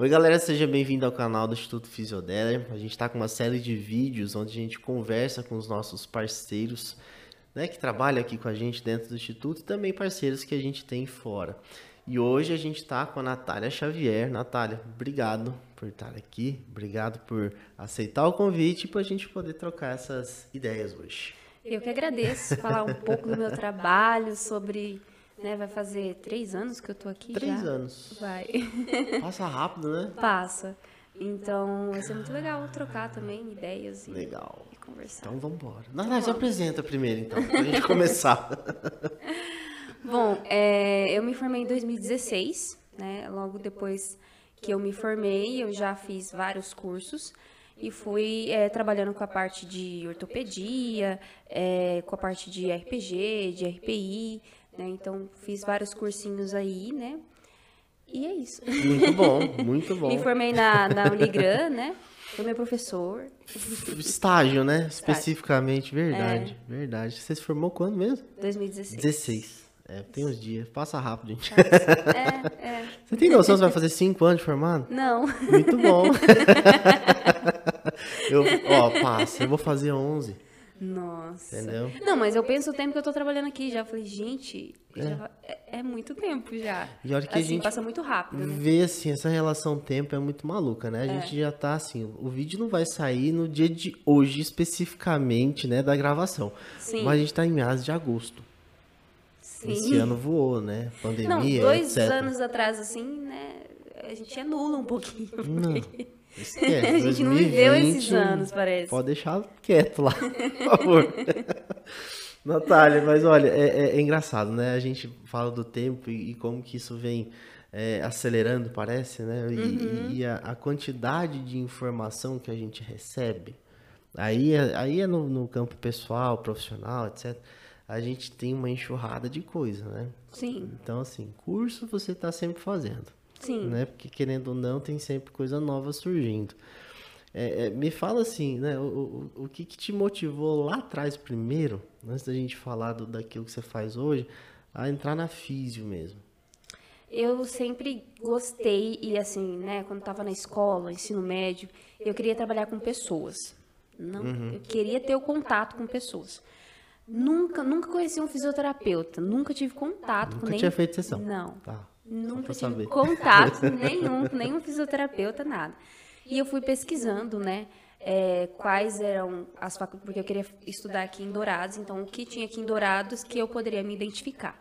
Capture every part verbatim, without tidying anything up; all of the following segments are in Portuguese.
Oi galera, seja bem-vindo ao canal do Instituto Fisiodeler. A gente está com uma série de vídeos onde a gente conversa com os nossos parceiros, né, que trabalham aqui com a gente dentro do Instituto e também parceiros que a gente tem fora. E hoje a gente está com a Natália Xavier. Natália, obrigado por estar aqui, obrigado por aceitar o convite para a gente poder trocar essas ideias hoje. Eu que agradeço, falar um pouco do meu trabalho, sobre... Né, vai fazer três anos que eu tô aqui Três já? Três anos. Vai. Passa rápido, né? Passa. Então, vai ser muito legal trocar também ideias e, legal. e conversar. Então, vamos embora. Natália, se apresenta primeiro, então, pra gente começar. Bom, é, eu me formei em dois mil e dezesseis, né? Logo depois que eu me formei, eu já fiz vários cursos e fui é, trabalhando com a parte de ortopedia, é, com a parte de R P G, de R P I, né? Então, fiz vários cursinhos aí, né? E é isso. Muito bom, muito bom. Me formei na, na Unigran, né? Foi meu professor. Estágio, né? Estágio. Especificamente, verdade, é. verdade. Você se formou quando mesmo? dois mil e dezesseis. dezesseis. É, tem uns dias. Passa rápido, gente. É, é. Você tem noção que você vai fazer cinco anos de formado? Não. Muito bom. eu, ó, passa, eu vou fazer onze. Nossa. Entendeu? Não, mas eu penso o tempo que eu tô trabalhando aqui já. Eu falei, gente, é, já, é, é muito tempo já. E a hora que assim, a gente passa muito rápido, né? vê, assim, essa relação tempo é muito maluca, né? A é. gente já tá, assim, o vídeo não vai sair no dia de hoje, especificamente, né, da gravação. Sim. Mas a gente tá em meados de agosto. Sim. Esse ano voou, né? Pandemia, não, dois etcétera. anos atrás, assim, né, a gente anula um pouquinho. Porque... Não. Esquece. A gente não viveu esses anos, parece. Pode deixar quieto lá, por favor. Natália, mas olha, é, é, é engraçado, né? A gente fala do tempo e, e como que isso vem é, acelerando, parece, né? E, uhum. e a, a quantidade de informação que a gente recebe, aí é, aí é no, no campo pessoal, profissional, etcétera. A gente tem uma enxurrada de coisa, né? Sim. Então, assim, curso você está sempre fazendo. Sim. Né? Porque, querendo ou não, tem sempre coisa nova surgindo. É, é, me fala assim, né? O, o, o que, que te motivou lá atrás primeiro, antes da gente falar do, daquilo que você faz hoje, a entrar na físio mesmo? Eu sempre gostei e assim, né? Quando estava na escola, ensino médio, eu queria trabalhar com pessoas. Não, uhum. Eu queria ter o contato com pessoas. Nunca, nunca conheci um fisioterapeuta, nunca tive contato nunca com nem... tinha feito sessão? Não. Tá. Nunca tive contato nenhum, nenhum fisioterapeuta, nada. E eu fui pesquisando, né, é, quais eram as faculdades, porque eu queria estudar aqui em Dourados, então o que tinha aqui em Dourados que eu poderia me identificar.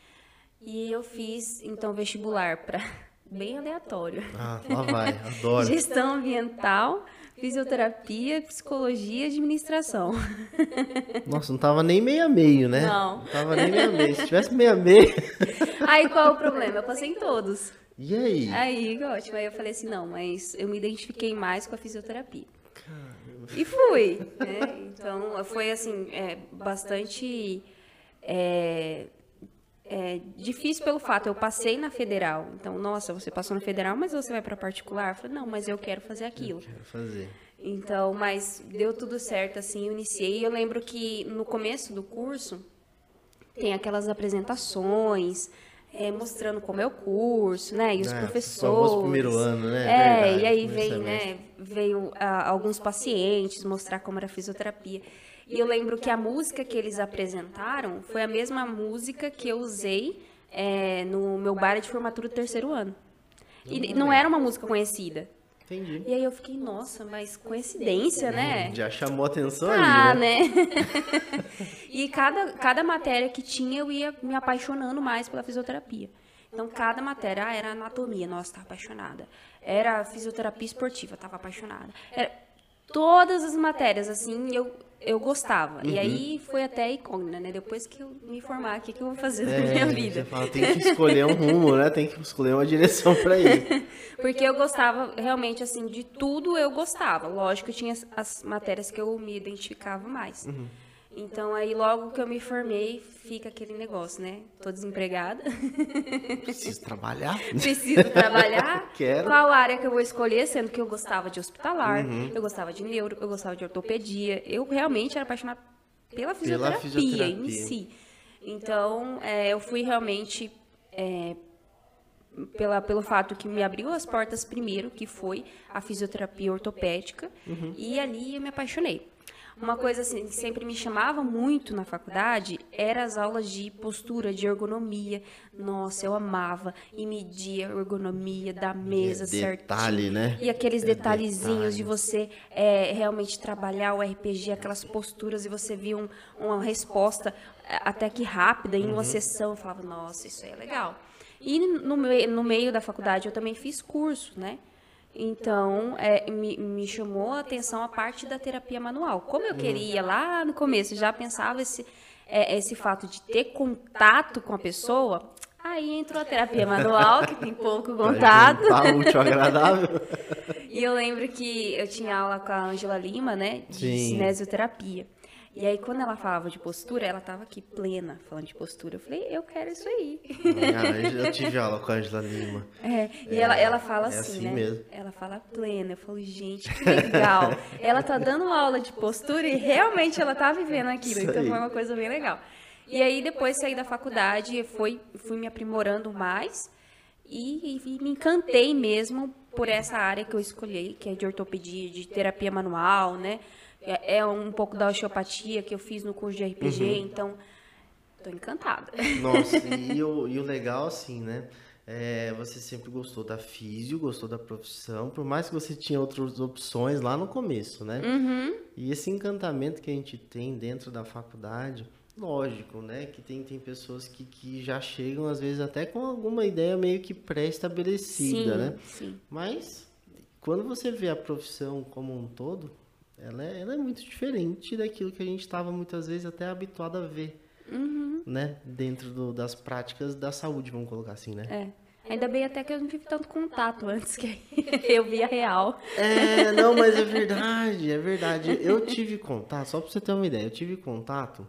E eu fiz, então, vestibular para bem aleatório. Ah, lá vai, adoro. Gestão ambiental, fisioterapia, psicologia e administração. Nossa, não tava nem meio a meio, né? Não. Não tava nem meio a meio. Se tivesse meio a meio... Aí, qual é o problema? Eu passei em todos. E aí? Aí, ótimo. Aí eu falei assim, não, mas eu me identifiquei mais com a fisioterapia. Caramba. E fui, né? Então, foi, assim, é, bastante é, é, difícil pelo fato, eu passei na federal. Então, nossa, você passou na federal, mas você vai para particular? Eu falei, não, mas eu quero fazer aquilo. Eu quero fazer. Então, mas deu tudo certo, assim, eu iniciei. E eu lembro que no começo do curso, tem aquelas apresentações... É, mostrando como é o curso, né, e os é, professores. O primeiro ano, né? É, verdade, e aí veio, né, veio ah, alguns pacientes mostrar como era a fisioterapia. E eu lembro que a música que eles apresentaram foi a mesma música que eu usei é, no meu baile de formatura do terceiro ano. E não era uma música conhecida. Entendi. E aí eu fiquei, nossa, mas coincidência, né? Já chamou atenção ah, ali, né? né? E cada, cada matéria que tinha, eu ia me apaixonando mais pela fisioterapia. Então, cada matéria, ah, era anatomia, nossa, estava apaixonada. Era fisioterapia esportiva, estava apaixonada. Era, todas as matérias, assim, eu, eu gostava. Uhum. E aí, foi até a incógnita, né? Depois que eu me formar, o que, que eu vou fazer é, na minha vida? Você fala, tem que escolher um rumo, né? Tem que escolher uma direção para ir. Porque eu gostava, realmente, assim, de tudo eu gostava. Lógico que tinha as matérias que eu me identificava mais. Uhum. Então, aí, logo que eu me formei, fica aquele negócio, né? Tô desempregada. Preciso trabalhar. Preciso trabalhar. Quero. Qual área que eu vou escolher? Sendo que eu gostava de hospitalar, uhum. eu gostava de neuro, eu gostava de ortopedia. Eu realmente era apaixonada pela fisioterapia, pela fisioterapia. em si. Então, é, eu fui realmente é, pela, pelo fato que me abriu as portas primeiro, que foi a fisioterapia ortopédica, Uhum. e ali eu me apaixonei. Uma coisa assim, que sempre me chamava muito na faculdade era as aulas de postura, de ergonomia. Nossa, eu amava e media a ergonomia da mesa É certinho. detalhe, né? E aqueles É detalhezinhos de detalhe. você é, realmente trabalhar o R P G, aquelas posturas, e você via um, uma resposta é, até que rápida em uma sessão. Eu falava, nossa, isso aí é legal. E no, mei- no meio da faculdade eu também fiz curso, né? Então, é, me, me chamou a atenção a parte da terapia manual. Como eu queria lá no começo, já pensava esse, é, esse fato de ter contato com a pessoa, aí entrou a terapia manual, que tem pouco Pra contato. juntar útil ao agradável. E eu lembro que eu tinha aula com a Ângela Lima, né, de Sim. cinesioterapia. E aí, quando ela falava de postura, ela tava aqui plena, falando de postura. Eu falei, eu quero isso aí. Ah, eu tive aula com a Angela Lima. É, e ela, ela fala é assim, assim né? mesmo. Ela fala plena. Eu falo, gente, que legal. Ela tá dando uma aula de postura e realmente ela tá vivendo aquilo. Isso Então aí. foi uma coisa bem legal. E aí depois saí da faculdade, fui, fui me aprimorando mais e, e me encantei mesmo por essa área que eu escolhi, que é de ortopedia, de terapia manual, né? É é um pouco da osteopatia que eu fiz no curso de R P G, Uhum. então tô encantada. Nossa, e o, e o legal, assim, né? É, você sempre gostou da físio, gostou da profissão, por mais que você tinha outras opções lá no começo, né? Uhum. E esse encantamento que a gente tem dentro da faculdade, lógico, né? Que tem, tem pessoas que, que já chegam, às vezes, até com alguma ideia meio que pré-estabelecida, Sim, né? sim. Mas, quando você vê a profissão como um todo, ela é, ela é muito diferente daquilo que a gente estava, muitas vezes, até habituado a ver, né? Dentro do- das práticas da saúde, vamos colocar assim, né? É. Ainda bem até que eu não tive tanto contato antes, que eu via real. É, não, mas é verdade, é verdade. Eu tive contato, só pra você ter uma ideia, eu tive contato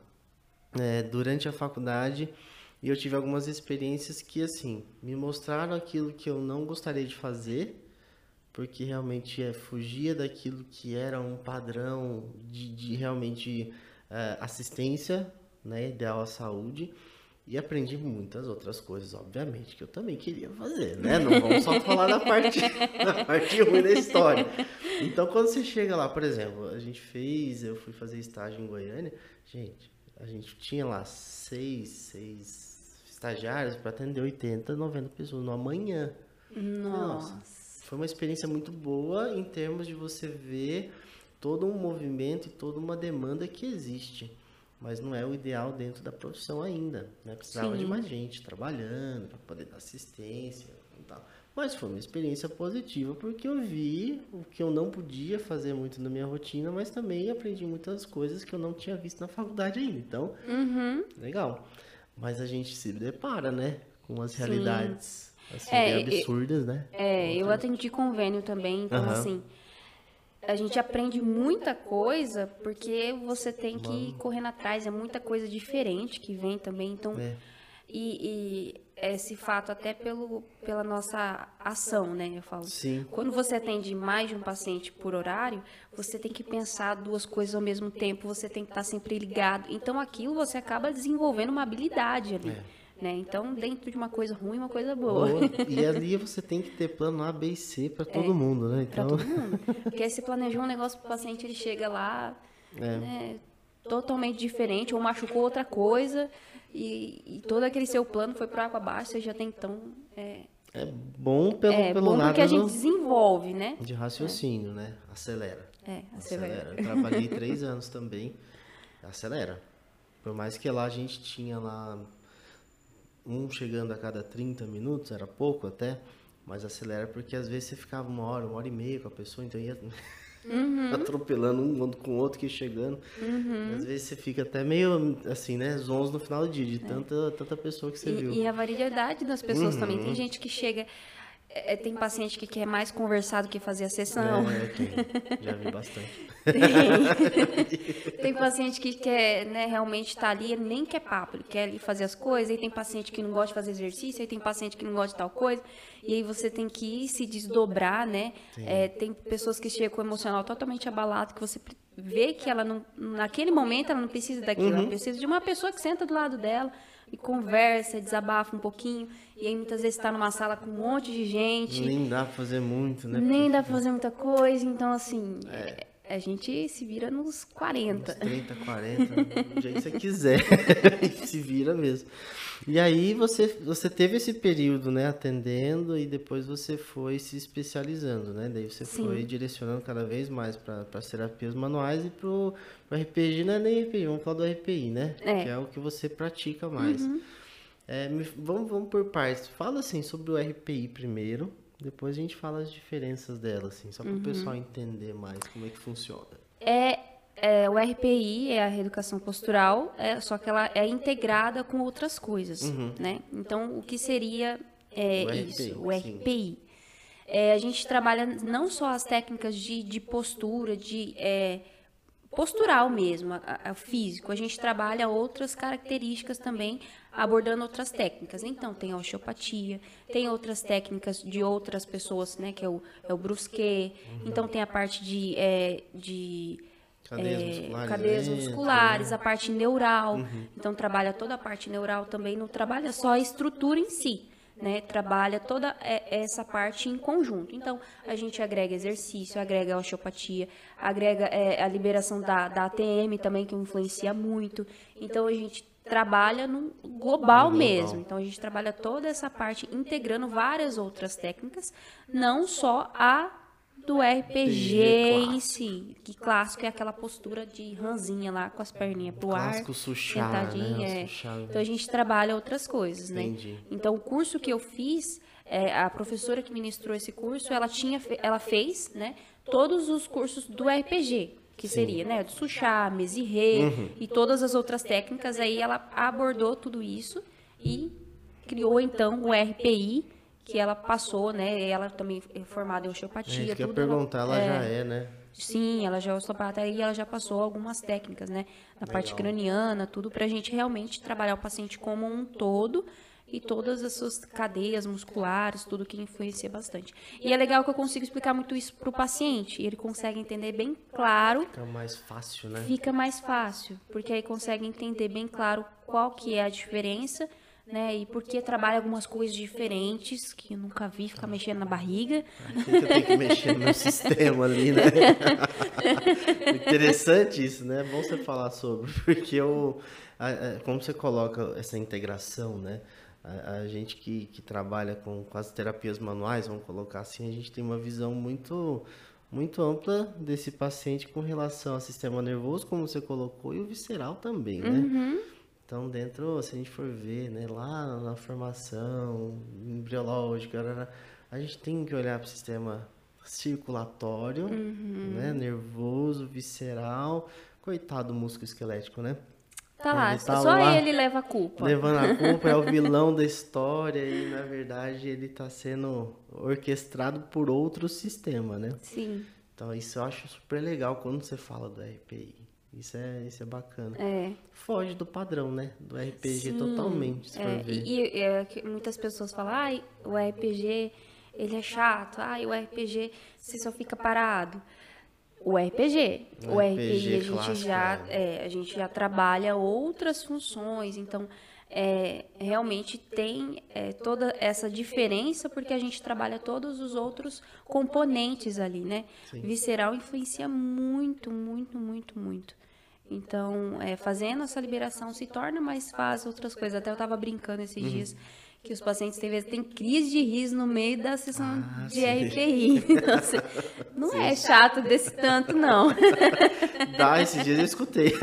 é, durante a faculdade e eu tive algumas experiências que, assim, me mostraram aquilo que eu não gostaria de fazer, porque realmente é, fugia daquilo que era um padrão de, de realmente é, assistência, né, ideal à saúde. E aprendi muitas outras coisas, obviamente, que eu também queria fazer, né? Não vamos só falar da parte, da parte ruim da história. Então, quando você chega lá, por exemplo, a gente fez, eu fui fazer estágio em Goiânia, gente, a gente tinha lá seis, seis estagiários para atender oitenta, noventa pessoas no manhã. Nossa. Foi uma experiência muito boa em termos de você ver todo um movimento e toda uma demanda que existe. Mas não é o ideal dentro da profissão ainda, né? Precisava Sim. de mais gente trabalhando para poder dar assistência e tal. Mas foi uma experiência positiva porque eu vi o que eu não podia fazer muito na minha rotina, mas também aprendi muitas coisas que eu não tinha visto na faculdade ainda. Então, Uhum. legal. Mas a gente se depara, né? Com umas Sim. realidades assim, É, bem e- absurdas, né? É, eu atendi convênio também, então Aham. assim, a gente aprende muita coisa porque você tem que ir correndo atrás, é muita coisa diferente que vem também, então É. e, e esse fato até pelo, pela nossa ação, né, eu falo. Sim. Quando você atende mais de um paciente por horário, você tem que pensar duas coisas ao mesmo tempo, você tem que estar sempre ligado, então aquilo você acaba desenvolvendo uma habilidade ali. É. Né? Então, dentro de uma coisa ruim, uma coisa boa. Boa. E ali você tem que ter plano A, B e C para todo mundo, né? Pra Então, todo mundo. Porque aí você planejou um negócio pro paciente, ele chega lá, É. né, totalmente diferente, ou machucou outra coisa, e, e todo aquele seu plano foi por água abaixo, você já tem então. É, é bom pelo, é pelo bom lado porque a gente do- desenvolve, né? de raciocínio, né? Acelera. É, acelera. Eu trabalhei três anos também. Acelera. Por mais que lá a gente tinha lá um chegando a cada trinta minutos, era pouco até, mas acelera porque às vezes você ficava uma hora, uma hora e meia com a pessoa, então ia atropelando um com o outro que ia chegando. Às vezes você fica até meio assim, né, zonzo no final do dia, de tanta, tanta pessoa que você viu. E, e a variedade das pessoas também. Tem gente que chega. é, tem paciente que quer mais conversar do que fazer a sessão. É, tem. Já vi bastante. Tem, tem paciente que quer, né, realmente estar ali, ele nem quer papo, ele quer ali fazer as coisas, aí tem paciente que não gosta de fazer exercício, aí tem paciente que não gosta de tal coisa, e aí você tem que ir se desdobrar, né? É, tem pessoas que chegam com o emocional totalmente abalado, que você pre- vê que ela não, naquele momento ela não precisa daquilo, Uhum. ela precisa de uma pessoa que senta do lado dela e conversa, desabafa um pouquinho, e aí muitas vezes está numa sala com um monte de gente, Nem dá pra fazer muito, né? nem Porque dá pra fazer muita coisa, então assim, é, a gente se vira nos quarenta. uns trinta, quarenta, do jeito que você quiser. Se vira mesmo. E aí você, você teve esse período, né, atendendo, e depois você foi se especializando, né? Daí você Sim. foi direcionando cada vez mais para as terapias manuais e pro, pro R P G, não é nem R P G, vamos falar do R P I, né? É. Que é o que você pratica mais. É, me- vamos, vamos por partes. Fala assim sobre o R P I primeiro, depois a gente fala as diferenças dela, assim, só para o pessoal entender mais como é que funciona. É, é, o R P I é a reeducação postural, é, só que ela é integrada com outras coisas, né? Então, o que seria é, O R P I, isso, o sim. R P I? É, a gente trabalha não só as técnicas de, de postura, de é, postural mesmo, a, a físico, a gente trabalha outras características também, abordando outras técnicas. Então, tem a osteopatia, tem outras técnicas de outras pessoas, né, que é o, é o brusquet, então tem a parte de... É, de Cadeias é, musculares, cadeias né? musculares, a parte neural, então trabalha toda a parte neural também, não trabalha só a estrutura em si, né? Trabalha toda é, essa parte em conjunto. Então, a gente agrega exercício, agrega a osteopatia, agrega é, a liberação da, da A T M também, que influencia muito. Então, a gente trabalha no global, global. mesmo. Então, a gente trabalha toda essa parte integrando várias outras técnicas, não só a do R P G em si, que clássico é aquela postura de ranzinha lá com as perninhas pro ar, Clássico suchar, sentadinha. né? O É. suchar. Então a gente trabalha outras coisas, né? Entendi. Então o curso que eu fiz, é, a professora que ministrou esse curso, ela tinha, fe- ela fez, né, todos os cursos do R P G, que seria, né, do suchar, mesirê e todas as outras técnicas. Aí ela abordou tudo isso e criou então o R P I, que ela passou, né? Ela também é formada em É, osteopatia, isso que eu ia tudo. ela- perguntar, ela já é, né? Sim, ela já é osteopata e ela já passou algumas técnicas, né? Na parte craniana, tudo pra gente realmente trabalhar o paciente como um todo e todas as suas cadeias musculares, tudo que influencia bastante. E é legal que eu consigo explicar muito isso pro paciente, e ele consegue entender bem claro, Fica mais fácil, né? fica mais fácil, porque aí consegue entender bem claro qual que é a diferença, né? E por que trabalha algumas coisas diferentes que eu nunca vi, ficar mexendo na barriga. Por que que eu tenho que mexer no meu sistema ali, né? Interessante isso, né? É bom você falar sobre, porque eu, a- a- como você coloca essa integração, né? A, a gente que, que trabalha com, com as terapias manuais, vamos colocar assim, a gente tem uma visão muito, muito ampla desse paciente com relação ao sistema nervoso, como você colocou, e o visceral também, né? Então, dentro, se a gente for ver, né, lá na formação embriológica, arara, a gente tem que olhar para o sistema circulatório, né, nervoso, visceral, coitado do músculo esquelético, né? Tá lá, Ele tá só lá ele leva a culpa. levando a culpa, é o vilão da história e, na verdade, ele está sendo orquestrado por outro sistema, né? Sim, Então, isso eu acho super legal quando você fala do R P I. Isso é, isso é bacana. é. Foge do padrão, né? Do R P G Sim, totalmente, se é, for ver. E, e, é, que muitas pessoas falam, ai, o R P G, ele é chato. Ai, o R P G, você só fica parado. O R P G, o, R P I, a gente clássico, já, é, a gente já trabalha outras funções, então é, realmente tem é, toda essa diferença porque a gente trabalha todos os outros componentes ali, né? Visceral influencia muito, muito, muito, muito. Então, é, fazendo essa liberação se torna mais fácil outras coisas. Até eu estava brincando esses dias que os pacientes têm vezes têm crise de riso no meio da sessão Ah, de sim. R P I. Então, assim, não é chato desse tanto, não. Dá, esses dias eu escutei.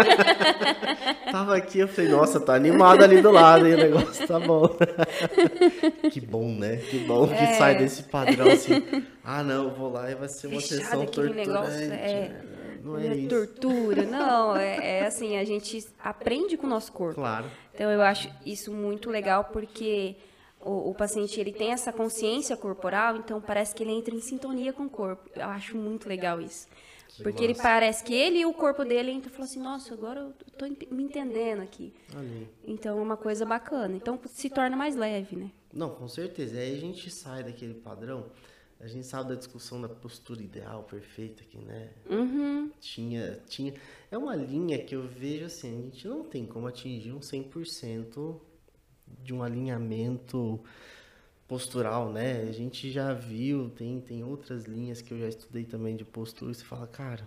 Tava aqui, eu falei, nossa, tá animado ali do lado, hein? O negócio tá bom. Que bom, né? Que bom que É. sai desse padrão assim. Ah, não, eu vou lá e vai ser uma Fechado sessão aquele torturante. negócio, é, né? Não é é isso. tortura. Não, é, é assim, a gente aprende com o nosso corpo. Claro. Então, eu acho isso muito legal porque o, o paciente ele tem essa consciência corporal, então parece que ele entra em sintonia com o corpo. Eu acho muito legal isso. Porque ele parece que ele e o corpo dele entram e falam assim, nossa, agora eu tô ent- me entendendo aqui. Ali. Então, é uma coisa bacana. Então, se torna mais leve, né? Não, com certeza. Aí a gente sai daquele padrão. a gente sabe da discussão da postura ideal, perfeita aqui, né? Uhum. Tinha, tinha... É uma linha que eu vejo assim, a gente não tem como atingir um cem por cento de um alinhamento postural, né? A gente já viu, tem, tem outras linhas que eu já estudei também de postura, e você fala, cara,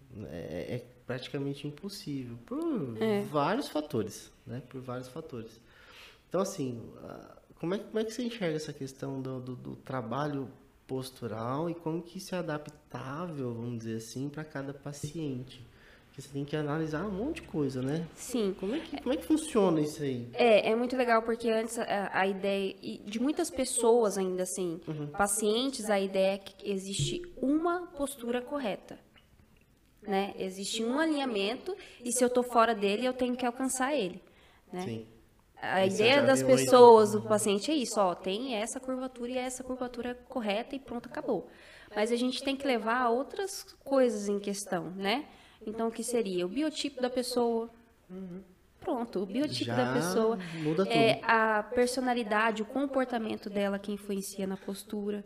é, é praticamente impossível, por É. vários fatores, né? Por vários fatores. Então, assim, como é, como é que você enxerga essa questão do, do, do trabalho postural e como que isso é adaptável, vamos dizer assim, para cada paciente? Porque você tem que analisar um monte de coisa, né? Sim. Como é que, como é que funciona isso aí? É, é muito legal porque antes a, a ideia, e de muitas pessoas ainda assim, pacientes, a ideia é que existe uma postura correta, né? Existe um alinhamento e se eu tô fora dele, eu tenho que alcançar ele, né? Sim. A Isso eu ideia já das vi muito. pessoas, do paciente é isso, ó, tem essa curvatura e essa curvatura é correta e pronto, acabou. Mas a gente tem que levar outras coisas em questão, né? Então, o que seria? O biotipo da pessoa. Pronto, o biotipo Já da pessoa. muda tudo. É a personalidade, o comportamento dela que influencia na postura.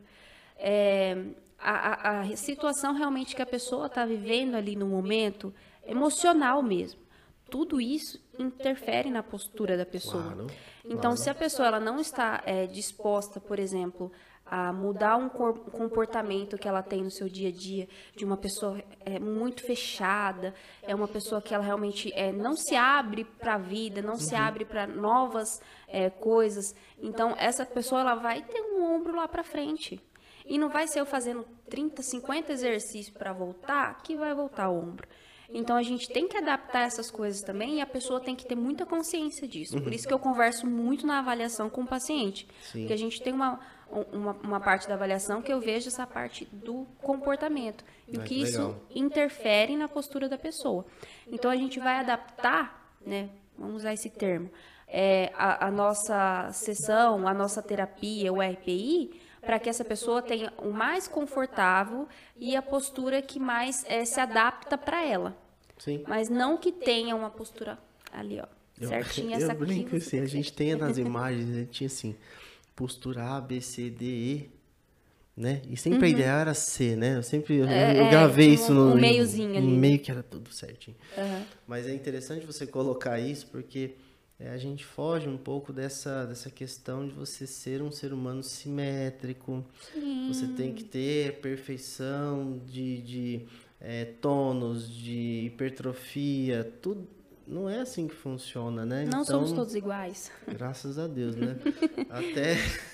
É, a, a, a situação realmente que a pessoa está vivendo ali no momento, emocional mesmo. Tudo isso interfere na postura da pessoa. Claro, Então, claro. se a pessoa ela não está é, disposta, por exemplo, a mudar um cor- comportamento que ela tem no seu dia a dia, de uma pessoa é, muito fechada, é uma pessoa que ela realmente é, não se abre para a vida, não se abre para novas é, coisas. Então, essa pessoa ela vai ter um ombro lá para frente. E não vai ser eu fazendo trinta, cinquenta exercícios para voltar que vai voltar o ombro. Então, a gente tem que adaptar essas coisas também e a pessoa tem que ter muita consciência disso. Por isso que eu converso muito na avaliação com o paciente. Sim. Porque a gente tem uma, uma, uma parte da avaliação que eu vejo essa parte do comportamento. E o Ah, que que isso legal. interfere na postura da pessoa. Então, a gente vai adaptar, né? Vamos usar esse termo, é, a, a nossa sessão, a nossa terapia, o R P I, para que essa pessoa tenha o mais confortável e a postura que mais é, se adapta para ela. Sim. Mas não que tenha uma postura ali, ó, certinha, eu, essa eu brinco aqui. assim, a gente tem nas imagens, a gente tinha assim, postura A, B, C, D, E, né? E sempre a ideia era C, né? Eu sempre, eu, eu é, gravei tinha isso um- no um em- meiozinho em ali, né? meio que era tudo certinho. Aham. Mas é interessante você colocar isso porque é, a gente foge um pouco dessa, dessa questão de você ser um ser humano simétrico. Você tem que ter perfeição de, de é, tônus, de hipertrofia, tudo. Não é assim que funciona, né? Não Então, somos todos iguais. graças a Deus, né? Até,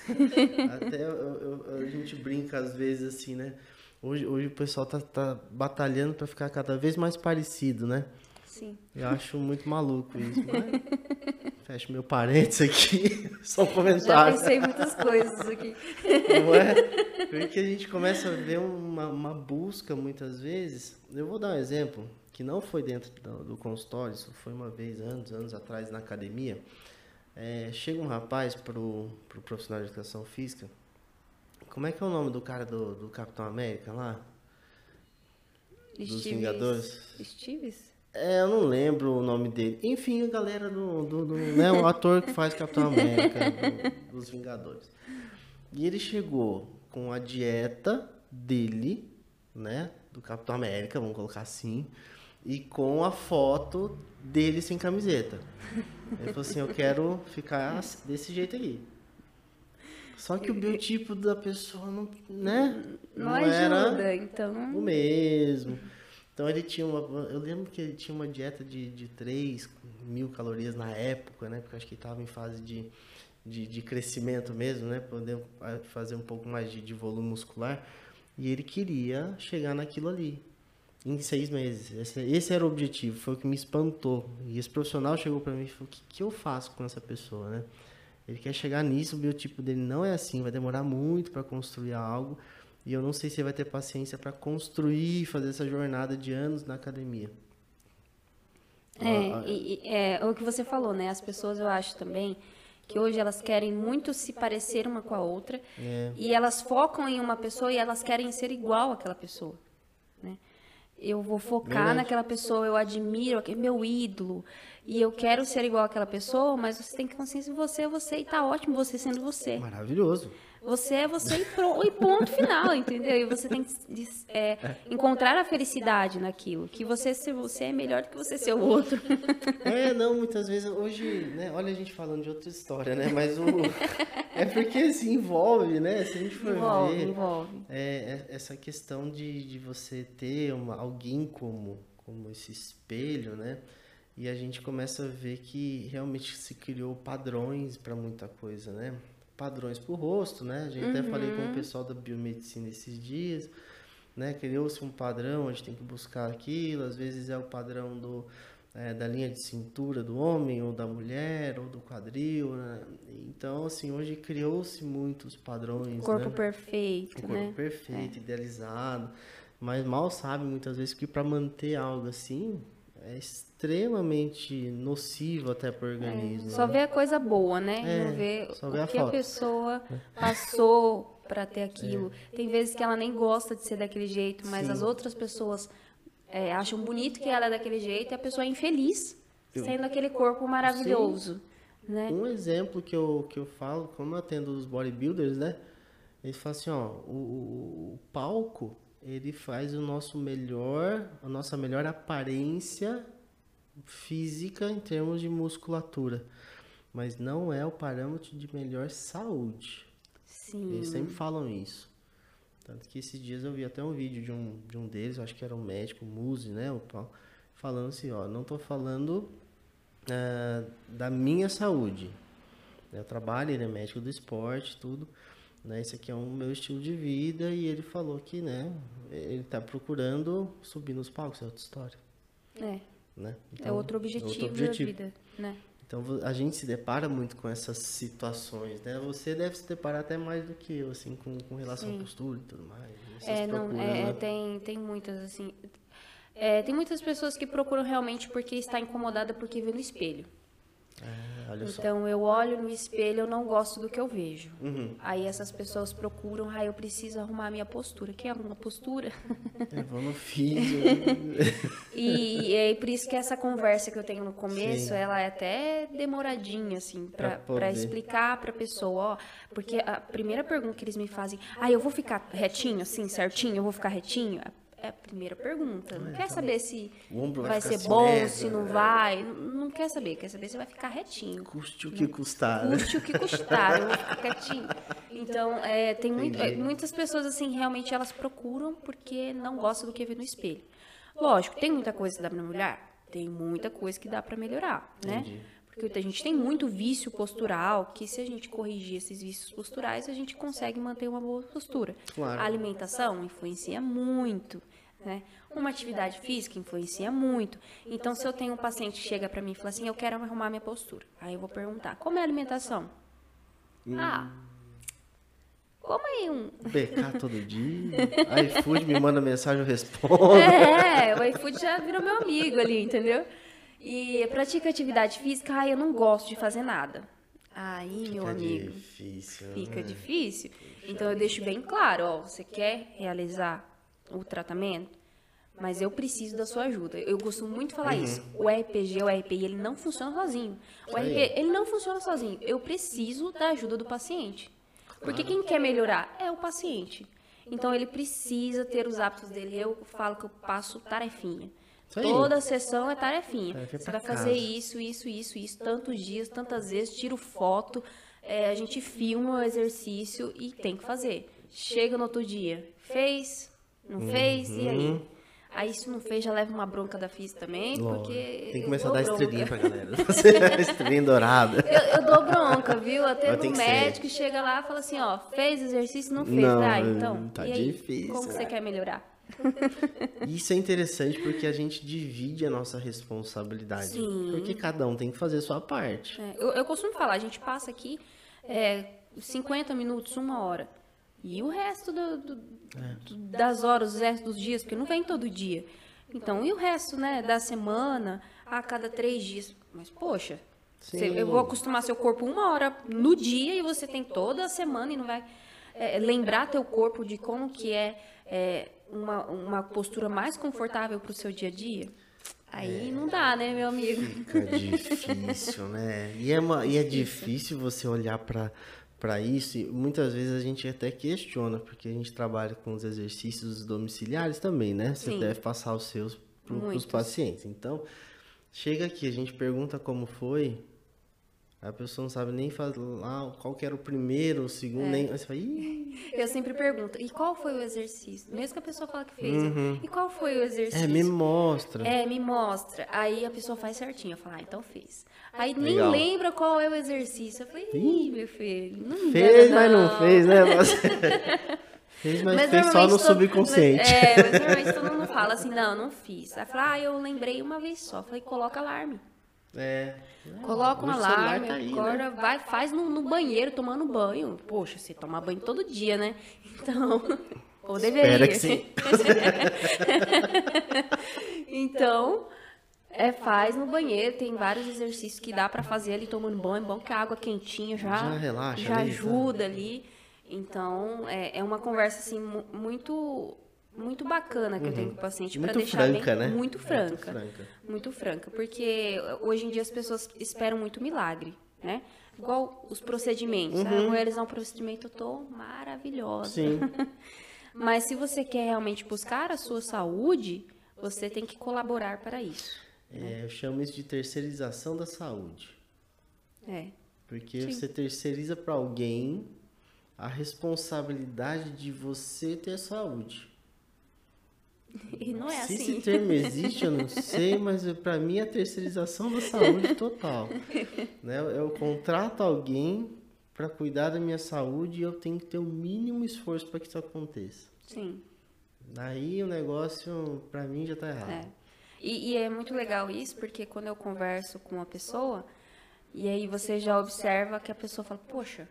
até eu- eu- a gente brinca às vezes assim, né? Hoje, hoje o pessoal tá, tá batalhando para ficar cada vez mais parecido, né? Sim. Eu acho muito maluco isso, mas fecho meu parênteses aqui, só um Já comentário. pensei em muitas coisas aqui. Não é? Porque a gente começa a ver uma, uma busca muitas vezes. Eu vou dar um exemplo que não foi dentro do, do consultório, isso foi uma vez, anos, anos atrás, na academia. É, chega um rapaz pro, pro profissional de educação física. Como é que é o nome do cara do, do Capitão América lá? Dos Vingadores? Steves? É, eu não lembro o nome dele. Enfim, a galera do, do, do né, o ator que faz Capitão América do- dos Vingadores. E ele chegou com a dieta dele, né, do Capitão América, vamos colocar assim, e com a foto dele sem camiseta. Ele falou assim, eu quero ficar desse jeito aqui. Só que o biotipo da pessoa não, né, Não, era ajuda, então. o mesmo. Então ele tinha uma. Eu lembro que ele tinha uma dieta de, de três mil calorias na época, né? Porque eu acho que ele estava em fase de, de, de crescimento mesmo, né? Poder fazer um pouco mais de, de volume muscular. E ele queria chegar naquilo ali. Em seis meses. Esse, esse era o objetivo, foi o que me espantou. E esse profissional chegou para mim e falou, o que, que eu faço com essa pessoa, né? Ele quer chegar nisso, o biotipo dele não é assim, vai demorar muito para construir algo. E eu não sei se ele vai ter paciência para construir, fazer essa jornada de anos na academia. É, e, e, é o que você falou, né? As pessoas, eu acho também, que hoje elas querem muito se parecer uma com a outra. É. E elas focam em uma pessoa e elas querem ser igual àquela pessoa, né? Eu vou focar Verdade. naquela pessoa, eu admiro, é meu ídolo, e eu quero ser igual àquela pessoa, mas você tem que ter consciência de você, é você, e tá ótimo você sendo você. Maravilhoso. Você é você e, pronto, e ponto final, entendeu? E você tem que é, encontrar a felicidade naquilo, que você ser você é melhor do que você ser o outro. É, não, muitas vezes, hoje, né, olha a gente falando de outra história, né, mas o... é porque se envolve, né, se a gente for envolve, ver, envolve. É, é, essa questão de, de você ter uma, alguém como, como esse espelho, né, e a gente começa a ver que realmente se criou padrões para muita coisa, né, padrões para o rosto, né, a gente Uhum. até falei com o pessoal da biomedicina esses dias, né, criou-se um padrão, a gente tem que buscar aquilo, às vezes é o padrão do... É, da linha de cintura do homem ou da mulher ou do quadril, né? Então, assim, hoje criou-se muitos padrões, Corpo né? perfeito, O corpo né? perfeito, É. idealizado, mas mal sabe muitas vezes que para manter algo assim é extremamente nocivo até para o organismo. É. Só né? vê a coisa boa, né? É, Não vê só o vê a que a foto. pessoa passou para ter aquilo. É. Tem vezes que ela nem gosta de ser daquele jeito, mas Sim. as outras pessoas é, acham bonito que ela é daquele jeito e a pessoa é infeliz sendo aquele corpo maravilhoso. Né? Um exemplo que eu, que eu falo, como eu atendo os bodybuilders, né? Eles falam assim, ó, o, o, o palco, ele faz o nosso melhor, a nossa melhor aparência física em termos de musculatura, mas não é o parâmetro de melhor saúde. Sim. Eles sempre falam isso. Tanto que esses dias eu vi até um vídeo de um, de um deles, eu acho que era um médico, um Muse, né, o tal, falando assim, ó, não tô falando uh, da minha saúde. Eu trabalho, ele é médico do esporte, tudo, né, esse aqui é o meu estilo de vida, e ele falou que, né, ele tá procurando subir nos palcos, é outra história. É. Né? Então, é outro objetivo, outro objetivo da vida, né? Então a gente se depara muito com essas situações, né? Você deve se deparar até mais do que eu, assim, com, com relação Sim. à postura e tudo mais. É, não, é, né? tem, tem muitas, assim... É, tem muitas pessoas que procuram realmente porque está incomodada porque vê no espelho. É, olha então, só. eu olho no espelho, eu não gosto do que eu vejo. Uhum. Aí essas pessoas procuram, ah, eu preciso arrumar a minha postura. Quer arrumar postura? Eu vou no físio. e, e é por isso que essa conversa que eu tenho no começo, Sim. ela é até demoradinha, assim, pra, pra, pra explicar pra pessoa, ó. Porque a primeira pergunta que eles me fazem, ah, eu vou ficar retinho, assim, certinho? Eu vou ficar retinho? É a primeira pergunta. Não é, quer então, saber se vai, vai ser bom, mesa, se não é. vai. Não, não quer saber. Quer saber se vai ficar retinho. Custe o que custar. Custe o que custar. Eu vou ficar quietinho. Então, é, tem muito, é, muitas pessoas, assim, realmente elas procuram porque não gostam do que vê no espelho. Lógico, tem muita coisa que dá pra melhorar? Tem muita coisa que dá pra melhorar, né? Entendi. Porque a gente tem muito vício postural, que se a gente corrigir esses vícios posturais, a gente consegue manter uma boa postura. Claro. A alimentação influencia muito, né? Uma atividade física influencia muito. Então, se eu tenho um paciente que chega para mim e fala assim, eu quero arrumar minha postura. Aí eu vou perguntar, como é a alimentação? Hum. Ah, como aí um... B K todo dia, iFood me manda mensagem, eu respondo. É, o iFood já virou meu amigo ali, entendeu? E pratica atividade física, ah, eu não gosto de fazer nada. Aí, fica meu amigo, difícil, fica né? difícil. Então, eu deixo bem claro, ó, você quer realizar o tratamento, mas eu preciso da sua ajuda. Eu costumo muito falar uhum. isso. O R P G, o R P I, ele não funciona sozinho. O R P I, ele não funciona sozinho. Eu preciso da ajuda do paciente. Porque quem quer melhorar é o paciente. Então, ele precisa ter os hábitos dele. Eu falo que eu passo tarefinha. Toda sessão é tarefinha. Tarefa Você vai casa. fazer isso, isso, isso, isso, tantos dias, tantas vezes, tiro foto, é, a gente filma o exercício e tem que fazer. Chega no outro dia, fez, não uhum. fez, e aí? Aí se não fez, já leva uma bronca da F I S também, Lógico. porque tem que começar a dar bronca. Estrelinha pra galera. Você é estrelinha dourada. Eu, eu dou bronca, viu? Até um médico chega lá e fala assim, ó, fez exercício, não fez. Não, ah, então, tá e aí? Difícil. Como que você quer melhorar? Isso é interessante porque a gente divide a nossa responsabilidade. Sim. Porque cada um tem que fazer a sua parte. É, eu, eu costumo falar, a gente passa aqui é, cinquenta minutos, uma hora. E o resto do, do, é. do, das horas, o resto dos dias, porque não vem todo dia. Então, e o resto, né, da semana, a cada três dias. Mas, poxa, você, eu vou acostumar seu corpo uma hora no dia e você tem toda a semana e não vai é, lembrar teu corpo de como que é, é uma, uma postura mais confortável para o seu dia a dia. Aí é, não dá, né, meu amigo? Fica difícil, né? E é, uma, e é difícil você olhar para para isso, e muitas vezes a gente até questiona, porque a gente trabalha com os exercícios domiciliares também, né? Você Sim. deve passar os seus para os Muitos. pacientes. Então, chega aqui, a gente pergunta como foi, a pessoa não sabe nem falar qual que era o primeiro, o segundo, É. nem... Aí você fala, Ih, Eu sempre pergunto, e qual foi o exercício? Mesmo que a pessoa fala que fez, Uhum. e qual foi o exercício? é, me mostra. É, me mostra. Aí a pessoa faz certinho. Eu falo, ah, então fez. Aí nem Legal. lembra qual é o exercício. Eu falei, ih, meu filho, não Fez, engana, mas não não. fez, né? Mas... fez, mas, Mas fez só no normalmente todo- subconsciente. Mas, é, mas normalmente todo mundo fala assim, não, não fiz. Aí fala, ah, eu lembrei uma vez só. Eu falei, coloca alarme. É. Coloca um Hoje o celular alarme, tá aí, acorda, né? vai, faz no, no banheiro, tomando banho. Poxa, você toma banho todo dia, né? Então, ou deveria. Espera que sim. Então, é, faz no banheiro, tem vários exercícios que dá pra fazer ali tomando banho, bom que a água quentinha já, Já relaxa já ali, ajuda ali. Então, é, é uma conversa assim mu- muito muito bacana que eu tenho com o paciente para Muito deixar franca, bem né? muito franca, Muito franca. muito franca, porque hoje em dia as pessoas esperam muito milagre, né? Igual os procedimentos, ah, eu vou realizar um procedimento, eu tô maravilhosa. Sim. Mas se você quer realmente buscar a sua saúde, você tem que colaborar para isso. É, eu chamo isso de terceirização da saúde. É. Porque Sim. você terceiriza para alguém a responsabilidade de você ter saúde. E não é Se assim. esse termo existe, eu não sei, mas para mim é a terceirização da saúde total. Né? Eu contrato alguém para cuidar da minha saúde e eu tenho que ter o mínimo esforço para que isso aconteça. Sim. Aí o negócio, para mim, já tá errado. É. E, e é muito legal isso, porque quando eu converso com uma pessoa, e aí você já observa que a pessoa fala, poxa,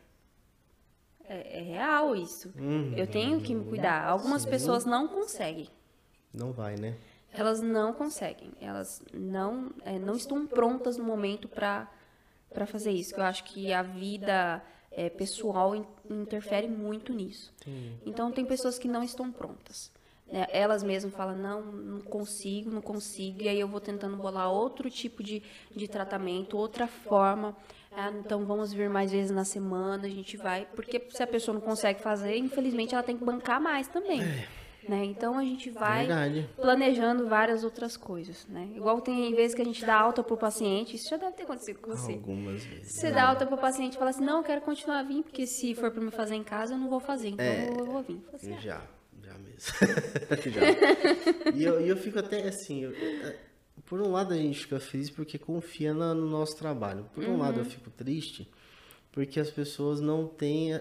é, é real isso. Uhum. Eu tenho que me cuidar. Algumas Sim. pessoas não conseguem. Não vai, né? Elas não conseguem. Elas não, é, não estão prontas no momento para para fazer isso. Eu acho que a vida é, pessoal in- interfere muito nisso. Sim. Então, tem pessoas que não estão prontas. Né? Elas mesmas falam, não, não consigo, não consigo. E aí eu vou tentando bolar outro tipo de, de tratamento, outra forma. Ah, então, vamos vir mais vezes na semana, a gente vai. Porque se a pessoa não consegue fazer, infelizmente, ela tem que bancar mais também. Né? Então, a gente vai Verdade. planejando várias outras coisas. Né? Igual tem vezes que a gente dá alta pro paciente, isso já deve ter acontecido com você. Algumas vezes. Você dá alta pro paciente e fala assim, não, eu quero continuar a vir, porque se for para me fazer em casa, eu não vou fazer, então É, eu vou vir. Fala assim, ah, Já, já mesmo. já. E eu, e eu fico até assim, eu- é, por um lado a gente fica feliz porque confia na- no nosso trabalho. Por um lado eu fico triste porque as pessoas não têm a,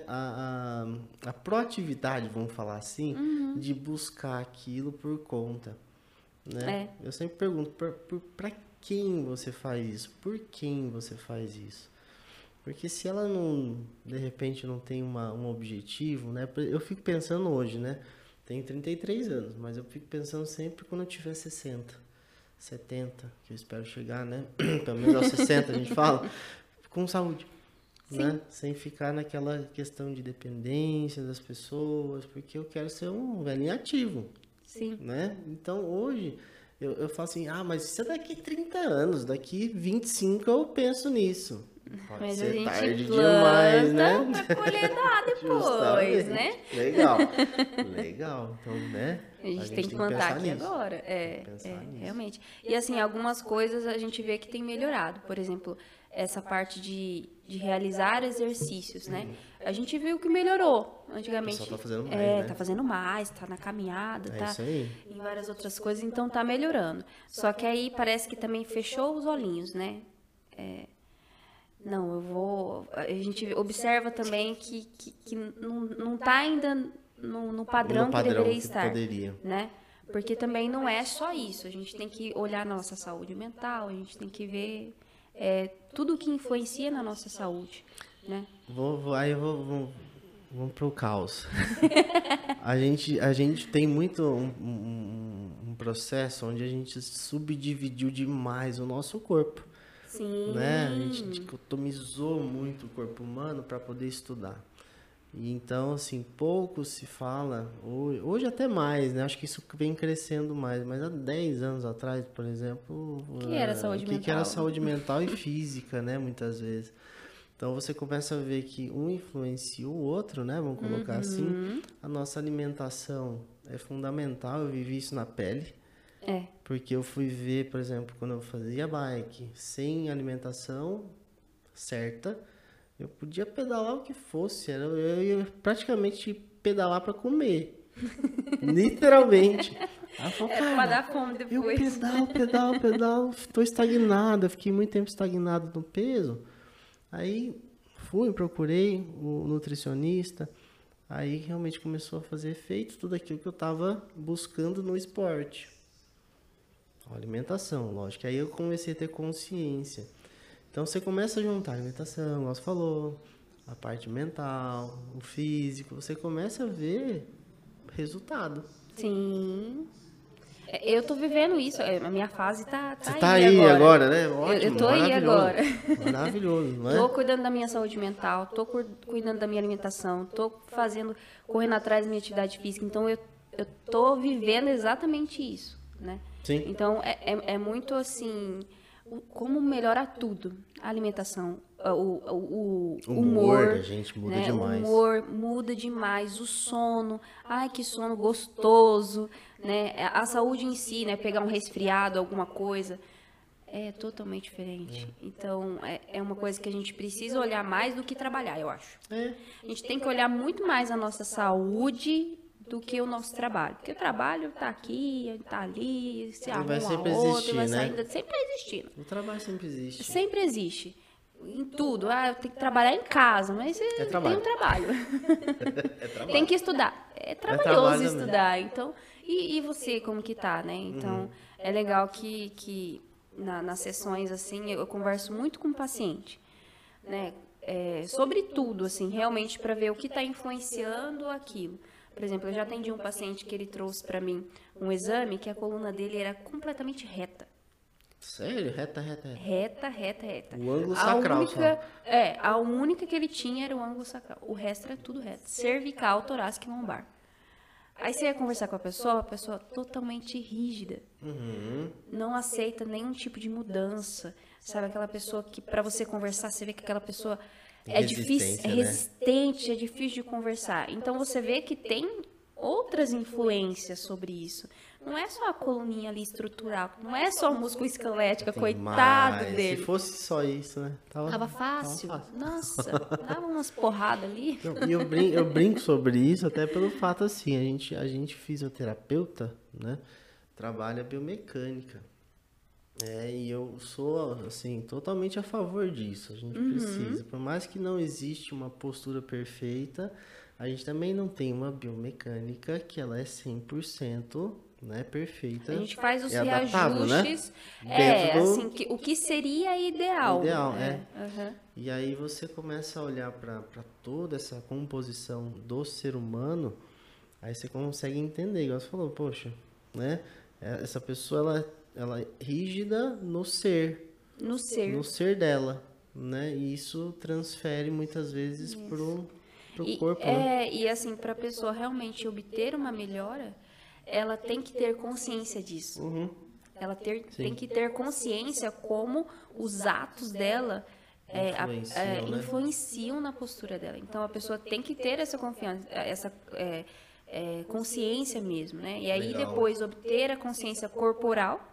a, a proatividade, vamos falar assim, de buscar aquilo por conta. Né? Eu sempre pergunto, para quem você faz isso? Por quem você faz isso? Porque se ela não, de repente, não tem uma, um objetivo, né? Eu fico pensando hoje, né? Tenho trinta e três anos, mas eu fico pensando sempre quando eu tiver sessenta, setenta, que eu espero chegar, né? Pelo menos aos sessenta a gente fala, com saúde, né? Sem ficar naquela questão de dependência das pessoas, porque eu quero ser um velhinho ativo, sim. né? Então, hoje, eu, eu falo assim, ah, mas isso é daqui trinta anos, daqui vinte e cinco eu penso nisso. Pode Mas a ser gente tarde planta demais, né? pra colher lá depois, Justamente. né? Legal, legal. Então, né? A gente, tem que plantar pensar aqui nisso. agora. É, Tem que pensar é, nisso. realmente. E assim, algumas coisas a gente vê que tem melhorado. Por exemplo, essa parte de, de realizar exercícios, né? A gente viu que melhorou. Antigamente. O pessoal tá fazendo mais, É, né? tá fazendo mais, tá na caminhada, É tá isso aí. em várias outras coisas, então tá melhorando. Só que aí parece que também fechou os olhinhos, né? É, não, eu vou. A gente observa também que, que, que não, não tá ainda no, no padrão, No padrão que deveria que estar. poderia. Né? Porque também não é só isso. A gente tem que olhar a nossa saúde mental, a gente tem que ver é, tudo que influencia na nossa saúde. Né? Vou, vou, aí eu vou, vou, vamos pro caos. a, gente, a gente tem muito um, um, um processo onde a gente subdividiu demais o nosso corpo. Sim. Né? A gente dicotomizou muito o corpo humano para poder estudar. E então, assim, pouco se fala, hoje, hoje até mais, né? Acho que isso vem crescendo mais, mas há dez anos atrás, por exemplo... O que era saúde que mental? que era saúde mental e física, né? Muitas vezes. Então você começa a ver que um influencia o outro, né? Vamos colocar uhum. assim. A nossa alimentação é fundamental, eu vivi isso na pele. É. Porque eu fui ver, por exemplo, quando eu fazia bike, sem alimentação certa, eu podia pedalar o que fosse. Era, eu ia praticamente pedalar para comer. Literalmente. Aí eu falei, é pra dar fome depois. Eu pedalo, pedalo, pedalo, tô estagnada, fiquei muito tempo estagnado no peso. Aí fui, procurei o nutricionista, aí realmente começou a fazer efeito tudo aquilo que eu tava buscando no esporte. A alimentação, lógico. Aí eu comecei a ter consciência. Então você começa a juntar a alimentação, como você falou, a parte mental, o físico, você começa a ver resultado. Sim. Eu tô vivendo isso, a minha fase tá, tá Você tá aí, aí agora. agora, né? Ótimo, eu, eu tô aí agora. Maravilhoso, não é? Tô cuidando da minha saúde mental, tô cuidando da minha alimentação, tô fazendo, correndo atrás da minha atividade física. Então, eu, eu tô vivendo exatamente isso, né? Sim. Então, é, é, é muito assim, como melhorar tudo. A alimentação, o, o, o, o humor. humor da gente muda né? demais. O humor muda demais, o sono. Ai, que sono gostoso, né? A saúde em si, né? Pegar um resfriado, alguma coisa, é totalmente diferente. É. Então, é, é uma coisa que a gente precisa olhar mais do que trabalhar, eu acho. É. A gente tem que olhar muito mais a nossa saúde do que o nosso trabalho. Porque o trabalho tá aqui, tá ali, se arruma vai sempre outro, existir, vai né? saindo, sempre existindo. O trabalho sempre existe. Sempre existe. Em tudo. Ah, eu tenho que trabalhar em casa, mas você é tem um trabalho. é trabalho. Tem que estudar. É trabalhoso é estudar. Então, e, e você, como que tá, né? Então, uhum. é legal que, que na, nas sessões, assim, eu, eu converso muito com o paciente, né? É, sobre tudo, assim, realmente para ver o que está influenciando aquilo. Por exemplo, eu já atendi um paciente que ele trouxe para mim um exame que a coluna dele era completamente reta. Sério? Reta, reta, reta. Reta, reta, reta. O ângulo sacral, a única, só. É, a única que ele tinha era o ângulo sacral. O resto era tudo reto. Cervical, torácica e lombar. Aí você ia conversar com a pessoa, a pessoa totalmente rígida. Uhum. Não aceita nenhum tipo de mudança. Sabe, aquela pessoa que para você conversar, você vê que aquela pessoa é difícil, é resistente, né? É difícil de conversar. Então você vê que tem outras influências sobre isso. Não é só a coluninha ali estrutural, não é só a músculo esquelética, coitado mais. dele. Se fosse só isso, né? Tava, tava, fácil. tava fácil. Nossa, dava umas porradas ali. Não, e eu brinco, eu brinco sobre isso até pelo fato assim, a gente, a gente fisioterapeuta, né? Trabalha biomecânica. É, e eu sou, assim, totalmente a favor disso. A gente uhum. precisa. Por mais que não existe uma postura perfeita, a gente também não tem uma biomecânica que ela é cem por cento, né, perfeita. A gente faz os é reajustes. Né? É, do... assim, que, o que seria ideal. Ideal, é. é. Uhum. E aí você começa a olhar para toda essa composição do ser humano, aí você consegue entender. Igual você falou, poxa, né? Essa pessoa, ela, ela é rígida no ser. No ser. No ser dela, né? E isso transfere muitas vezes isso. pro, pro e, corpo. É, né? E assim, para a pessoa realmente obter uma melhora, ela tem que ter consciência disso. Uhum. Ela ter, tem que ter consciência como os atos dela é, influenciam, é, né? influenciam na postura dela. Então, a pessoa tem que ter essa confiança, essa é, é, consciência mesmo, né? E aí, Legal. Depois, obter a consciência corporal,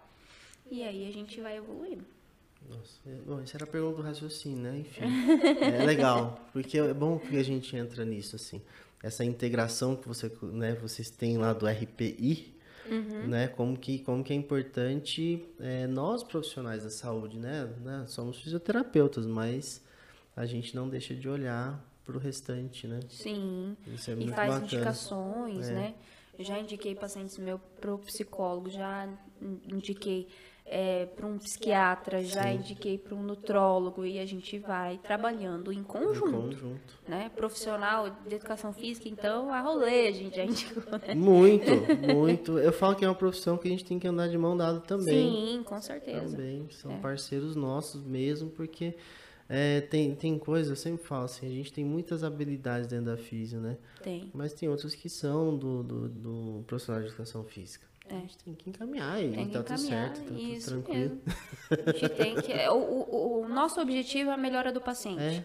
e aí a gente vai evoluindo. Nossa, bom, essa era a pergunta do raciocínio, né? Enfim, é legal, porque é bom que a gente entra nisso, assim. Essa integração que você, né, vocês têm lá do R P I, uhum. né? Como que, como que é importante é, nós, profissionais da saúde, né, né? Somos fisioterapeutas, mas a gente não deixa de olhar para o restante, né? Sim, Isso é e muito faz bacana. indicações, é. né? Eu já indiquei pacientes meus para o psicólogo, já indiquei é, para um psiquiatra, já Sim. indiquei para um nutrólogo, e a gente vai trabalhando em conjunto. Em conjunto. Né? Profissional de educação física, então, a rolê, a gente já indicou, né? Muito, muito. Eu falo que é uma profissão que a gente tem que andar de mão dada também. Sim, com certeza. Também, são é. parceiros nossos mesmo, porque é, tem, tem coisas, eu sempre falo assim, a gente tem muitas habilidades dentro da físio, né? Tem. Mas tem outras que são do, do, do profissional de educação física. É. A gente tem que encaminhar e tem que tá encaminhar, tudo certo, tá isso tudo tranquilo. Mesmo. A gente tem que... O, o, o nosso objetivo é a melhora do paciente. É.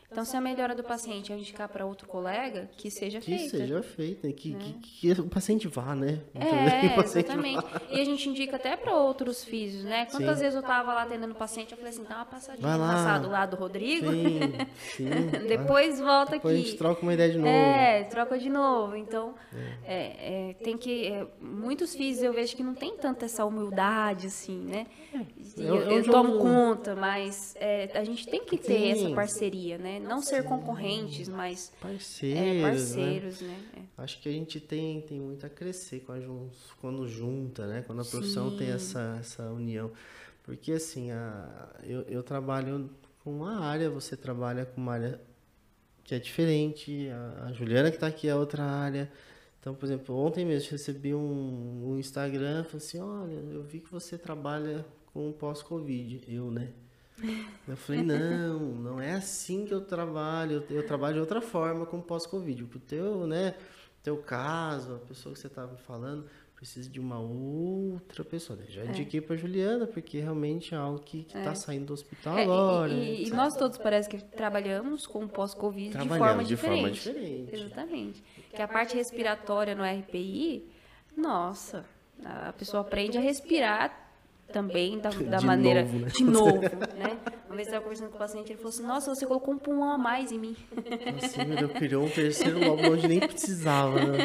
Então, se a melhora do paciente é indicar para outro colega, que seja que feita. Que seja feita, que, né? que, que o paciente vá, né? É, paciente exatamente. Vá. E a gente indica até para outros físicos, né? Quantas Sim. vezes eu tava lá atendendo o paciente, eu falei assim, dá uma passadinha Vai lá. passar do lado do Rodrigo. Sim, sim. Depois volta Depois aqui. a gente troca uma ideia de novo. É, troca de novo. Então, é. É, é, tem que... É, muitos físicos eu vejo que não tem tanta essa humildade, assim, né? E eu, eu, eu tomo jogo... conta, mas é, a gente tem que ter Sim. essa parceria, né? Não ser concorrentes, mas parceiros, é, parceiros, né? né? É. Acho que a gente tem, tem muito a crescer quando, quando junta, né? Quando a profissão Sim. tem essa, essa união. Porque, assim, a, eu, eu trabalho com uma área, você trabalha com uma área que é diferente, a, a Juliana que está aqui é outra área. Então, por exemplo, ontem mesmo eu recebi um, um Instagram, falei assim, olha, eu vi que você trabalha com pós-Covid. Eu, né? Eu falei, não, não é assim que eu trabalho, eu, eu trabalho de outra forma com pós-Covid. O teu, né, teu caso, a pessoa que você estava falando, precisa de uma outra pessoa. Já indiquei é. para Juliana, porque realmente é algo que está é. saindo do hospital é, agora. E, e, e nós todos parece que trabalhamos com pós-Covid de forma de diferente. Forma diferente. Exatamente. Que a parte respiratória no R P I, nossa, a pessoa aprende a respirar também da, da de maneira novo, né? de novo, né? Uma vez eu estava conversando com o paciente, ele falou assim, nossa, você colocou um pulmão a mais em mim. Nossa, eu criou um terceiro logo onde nem precisava. Né?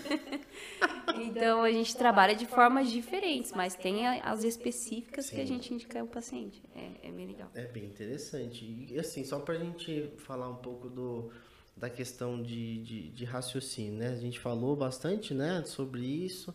Então, a gente trabalha de formas diferentes, mas tem as específicas Sim. que a gente indica ao paciente. É, é bem legal. É bem interessante. E, assim, só para a gente falar um pouco do, da questão de, de, de raciocínio, né? A gente falou bastante, né, sobre isso.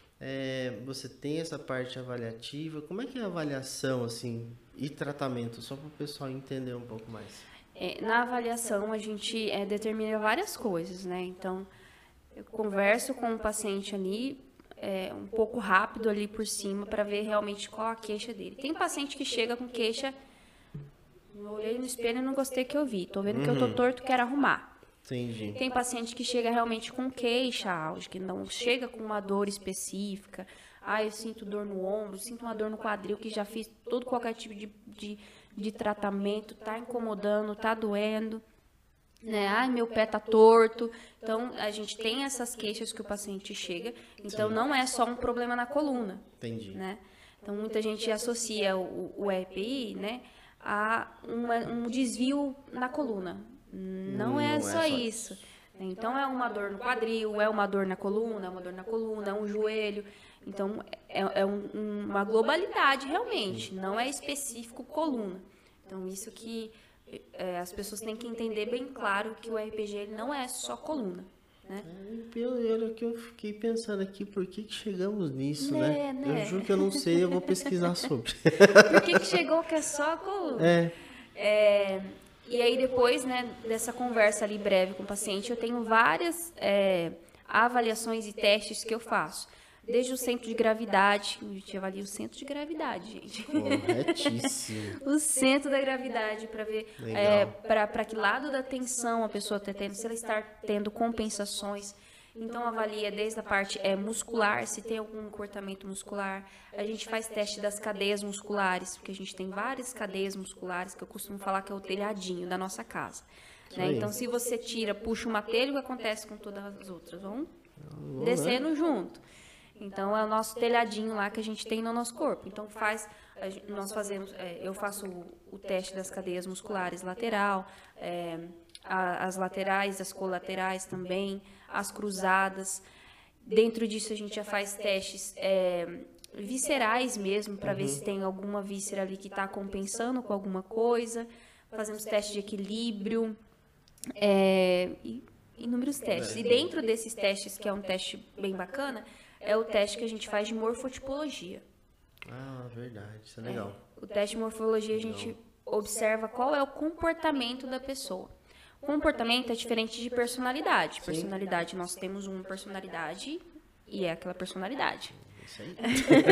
É, você tem essa parte avaliativa. Como é que é a avaliação, assim, e tratamento? Só para o pessoal entender um pouco mais. É, na avaliação, a gente é, determina várias coisas, né? Então, eu converso com o paciente ali, é, um pouco rápido ali por cima, para ver realmente qual a queixa dele. Tem paciente que chega com queixa, eu olhei no espelho e não gostei que eu vi. Tô vendo uhum. que eu tô torto, quero arrumar. Entendi. Tem paciente que chega realmente com queixa álgica, que não chega com uma dor específica. Ah, eu sinto dor no ombro, sinto uma dor no quadril, que já fiz todo qualquer tipo de, de, de tratamento, tá incomodando, tá doendo. Né? Ai, meu pé tá torto. Então, a gente tem essas queixas que o paciente chega. Então, Sim. não é só um problema na coluna. Entendi. Né? Então, muita gente associa o, o R P I, né, a uma, um desvio na coluna. Não, não é só, é só isso. isso. Então, é uma dor no quadril, é uma dor na coluna, é uma dor na coluna, é um joelho. Então, é, é um, uma globalidade, realmente. Não é específico coluna. Então, isso que é, as pessoas têm que entender bem claro que o R P G ele não é só coluna. Né? É, que eu fiquei pensando aqui, por que, que chegamos nisso, né, né? né? Eu juro que eu não sei, eu vou pesquisar sobre. Por que, que chegou que é só a coluna? É. É, e aí, depois, né, dessa conversa ali breve com o paciente, eu tenho várias é, avaliações e testes que eu faço. Desde o centro de gravidade, a gente avalia o centro de gravidade, gente. Corretíssimo. O centro da gravidade, para ver é, para que lado da tensão a pessoa está tendo, se ela está tendo compensações. Então, avalia desde a parte é, muscular, se tem algum encurtamento muscular. A gente faz teste das cadeias musculares, porque a gente tem várias cadeias musculares, que eu costumo falar que é o telhadinho da nossa casa. Né? Então, se você tira, puxa uma telha, o que acontece com todas as outras? Vão descendo junto. Então, é o nosso telhadinho lá que a gente tem no nosso corpo. Então, faz, nós fazemos, é, eu faço o, o teste das cadeias musculares lateral, é, a, as laterais, as colaterais também, as cruzadas. Dentro disso, a gente já faz testes é, viscerais mesmo, para uhum. ver se tem alguma víscera ali que está compensando com alguma coisa. Fazemos teste de equilíbrio, é, e inúmeros testes. E dentro desses testes, que é um teste bem bacana, é o teste que a gente faz de morfotipologia. Ah, verdade. Isso é legal. É, o teste de morfologia, a gente observa qual é o comportamento da pessoa. Comportamento é diferente de personalidade. Sim. Personalidade, nós temos uma personalidade e é aquela personalidade. Isso aí.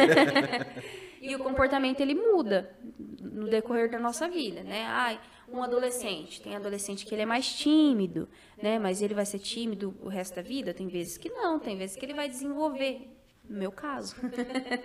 E o comportamento, ele muda no decorrer da nossa vida, né? Ai, um adolescente, tem adolescente que ele é mais tímido, né? Mas ele vai ser tímido o resto da vida? Tem vezes que não, tem vezes que ele vai desenvolver. No meu caso.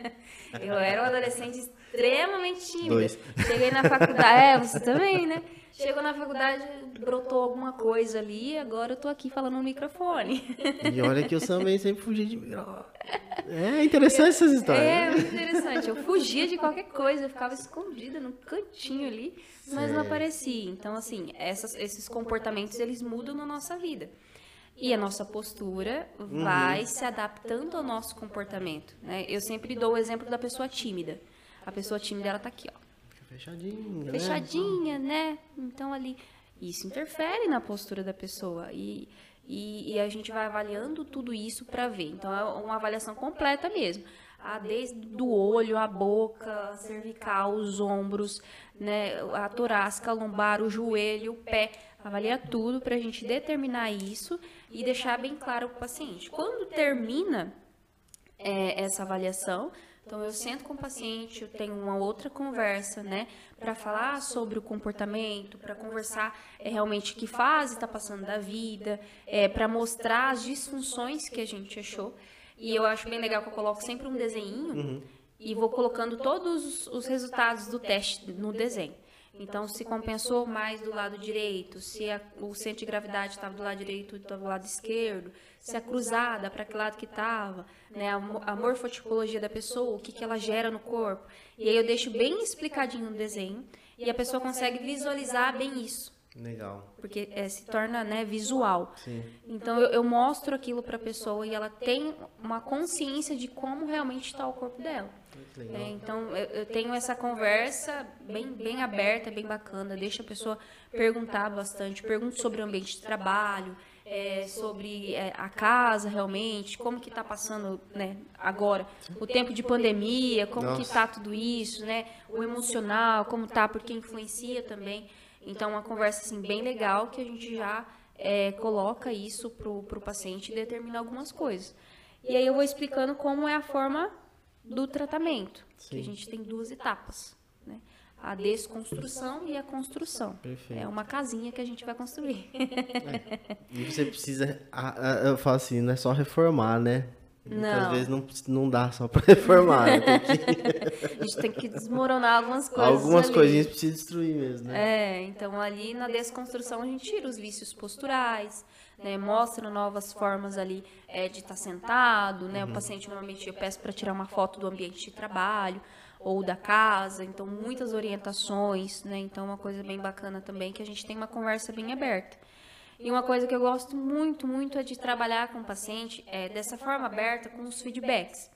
Eu era um adolescente extremamente tímida. Dois. Cheguei na faculdade, é, você também, né? Chegou na faculdade, brotou alguma coisa ali, agora eu tô aqui falando no microfone. E olha que eu também sempre fugi de microfone. É interessante essas histórias. É, muito interessante. Eu fugia de qualquer coisa, eu ficava escondida no cantinho ali, mas não aparecia. Então, assim, essas, esses comportamentos, eles mudam na nossa vida. E a nossa postura Uhum. vai se adaptando ao nosso comportamento, né? Eu sempre dou o exemplo da pessoa tímida. A pessoa tímida, ela tá aqui, ó. Fechadinha, Fechadinha, né? Então, ali, isso interfere na postura da pessoa. E, e, e a gente vai avaliando tudo isso para ver. Então, é uma avaliação completa mesmo. Ah, desde o olho, a boca, a cervical, os ombros, né? A torácica, a lombar, o joelho, o pé. Avalia tudo para a gente determinar isso e deixar bem claro para o paciente. Quando termina é, essa avaliação, então eu sento com o paciente, eu tenho uma outra conversa, né, para falar sobre o comportamento, para conversar é, realmente que fase está passando da vida, é, para mostrar as disfunções que a gente achou. E eu acho bem legal que eu coloco sempre um desenhinho uhum. e vou colocando todos os resultados do teste no desenho. Então, se compensou mais do lado direito, se a, o centro de gravidade estava do lado direito ou estava do lado esquerdo, se a cruzada, para que lado que estava, né, a, a morfotipologia da pessoa, o que, que ela gera no corpo. E aí eu deixo bem explicadinho no desenho e a pessoa consegue visualizar bem isso. Legal. Porque é, se torna, né, visual. Sim. Então, eu, eu mostro aquilo para a pessoa e ela tem uma consciência de como realmente está o corpo dela. É, então, eu, eu tenho essa conversa bem, bem aberta, bem bacana. Deixa a pessoa perguntar bastante. Pergunto sobre o ambiente de trabalho, é, sobre é, a casa realmente, como que está passando, né, agora, o tempo de pandemia, como Nossa. que está tudo isso, né, o emocional, como está, porque influencia também. Então, uma conversa assim, bem legal que a gente já é, coloca isso para o paciente e determina algumas coisas. E aí eu vou explicando como é a forma do tratamento, Sim. que a gente tem duas etapas, né? A desconstrução e a construção. Perfeito. É uma casinha que a gente vai construir. É. E você precisa, eu falo assim, não é só reformar, né? Muitas não. vezes não, não dá só para reformar. Né? Tem que... a gente tem que desmoronar algumas coisas. Algumas ali. coisinhas precisa destruir mesmo, né? É, então ali na desconstrução a gente tira os vícios posturais, né? Mostra novas formas ali é, de estar sentado, né? Uhum. O paciente normalmente eu peço para tirar uma foto do ambiente de trabalho ou da casa, então muitas orientações, né? Então uma coisa bem bacana também que a gente tem uma conversa bem aberta. E uma coisa que eu gosto muito, muito é de trabalhar com o paciente é, dessa forma aberta com os feedbacks.